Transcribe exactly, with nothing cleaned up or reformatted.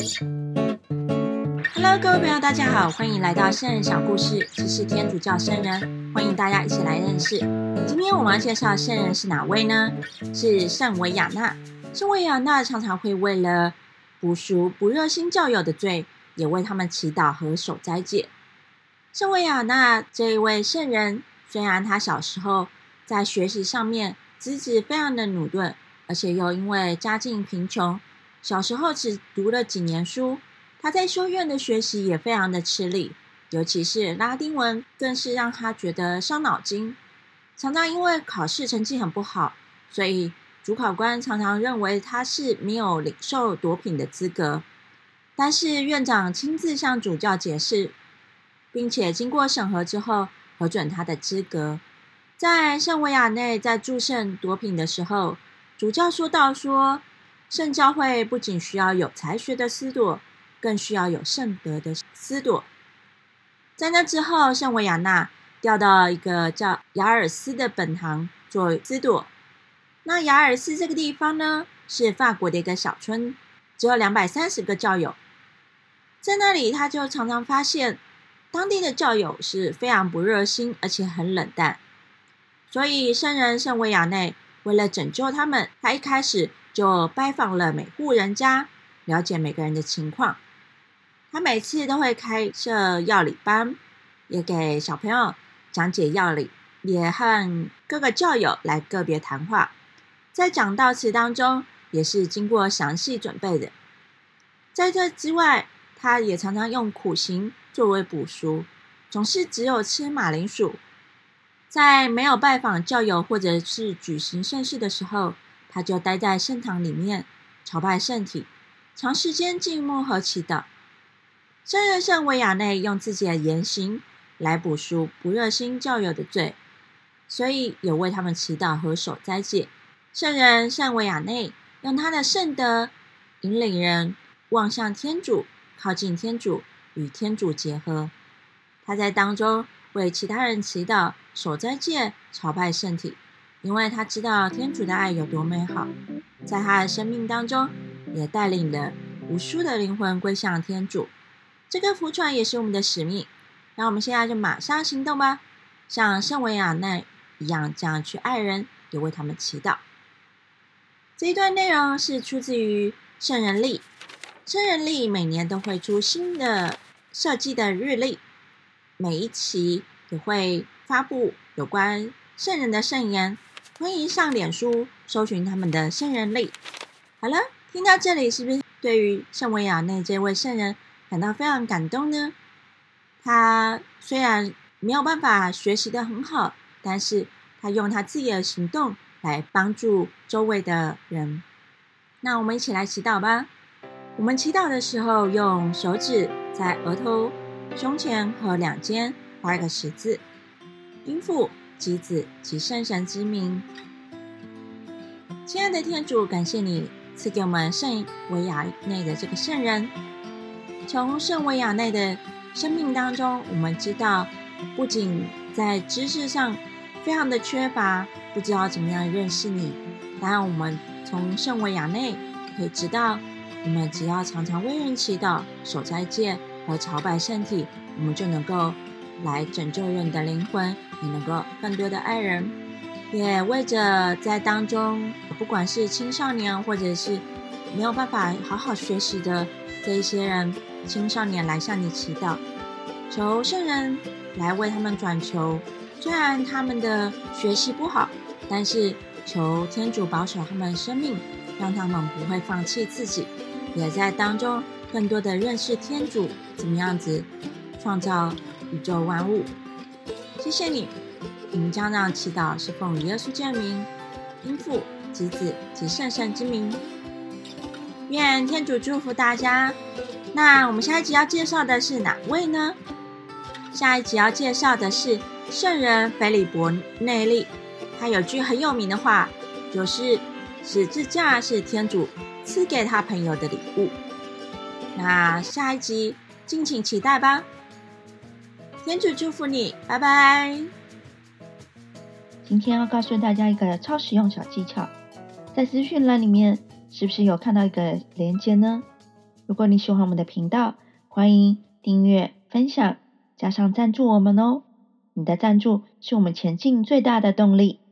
Hello， 各位朋友，大家好，欢迎来到圣人小故事，这是天主教圣人，欢迎大家一起来认识。今天我们要介绍的圣人是哪位呢？是圣维亚纳。圣维亚纳常常会为了补赎不热心教友的罪，也为他们祈祷和守斋戒。圣维亚纳这一位圣人，虽然他小时候在学习上面资质非常的努钝，而且又因为家境贫穷，小时候只读了几年书，他在修院的学习也非常的吃力，尤其是拉丁文更是让他觉得伤脑筋，常常因为考试成绩很不好，所以主考官常常认为他是没有领受铎品的资格。但是院长亲自向主教解释，并且经过审核之后核准他的资格。在圣维亚内在祝圣铎品的时候，主教说到说，圣教会不仅需要有才学的司铎，更需要有圣德的司铎。在那之后，圣维亚纳调到一个叫雅尔斯的本堂做司铎。那雅尔斯这个地方呢，是法国的一个小村，只有两百三十个教友。在那里，他就常常发现当地的教友是非常不热心，而且很冷淡。所以圣人圣维亚内为了拯救他们，他一开始就拜访了每户人家，了解每个人的情况。他每次都会开设药理班，也给小朋友讲解药理，也和各个教友来个别谈话。在讲道词当中也是经过详细准备的。在这之外，他也常常用苦行作为补赎，总是只有吃马铃薯。在没有拜访教友或者是举行圣事的时候，他就待在圣堂里面朝拜圣体，长时间静默和祈祷。圣人圣维亚内用自己的言行来补赎不热心教友的罪，所以有为他们祈祷和守斋戒。圣人圣维亚内用他的圣德引领人望向天主，靠近天主，与天主结合。他在当中为其他人祈祷、守斋戒、朝拜圣体，因为他知道天主的爱有多美好。在他的生命当中，也带领了无数的灵魂归向天主。这个福传也是我们的使命，让我们现在就马上行动吧，像圣维亚内一样，这样去爱人，也为他们祈祷。这一段内容是出自于圣人历。圣人历每年都会出新的设计的日历，每一期也会发布有关圣人的圣言，欢迎上脸书搜寻他们的圣人历。好了，听到这里，是不是对于圣维亚内这位圣人感到非常感动呢？他虽然没有办法学习得很好，但是他用他自己的行动来帮助周围的人。那我们一起来祈祷吧。我们祈祷的时候，用手指在额头、胸前和两肩画一个十字，因父及子及圣神之名。亲爱的天主，感谢你赐给我们圣维亚内的这个圣人。从圣维亚内的生命当中，我们知道不仅在知识上非常的缺乏，不知道怎么样认识你，当然我们从圣维亚内可以知道，我们只要常常为人祈祷、守斋戒和朝拜圣体，我们就能够来拯救人的灵魂，也能够更多的爱人。也为着在当中，不管是青少年或者是没有办法好好学习的这一些人，青少年来向你祈祷，求圣人来为他们转求。虽然他们的学习不好，但是求天主保守他们的生命，让他们不会放弃自己，也在当中更多的认识天主怎么样子创造宇宙万物。谢谢你，我们将这样祈祷是奉耶稣基督的名，因父及子及圣神之名。愿天主祝福大家。那我们下一集要介绍的是哪位呢？下一集要介绍的是圣人腓利伯内利。他有句很有名的话，就是十字架是天主赐给他朋友的礼物。那下一集敬请期待吧。天主祝福你，拜拜。 今天要告诉大家一个超实用小技巧，在资讯栏里面是不是有看到一个连结呢？ 如果你喜欢我们的频道，欢迎订阅、分享，加上赞助我们哦。你的赞助是我们前进最大的动力。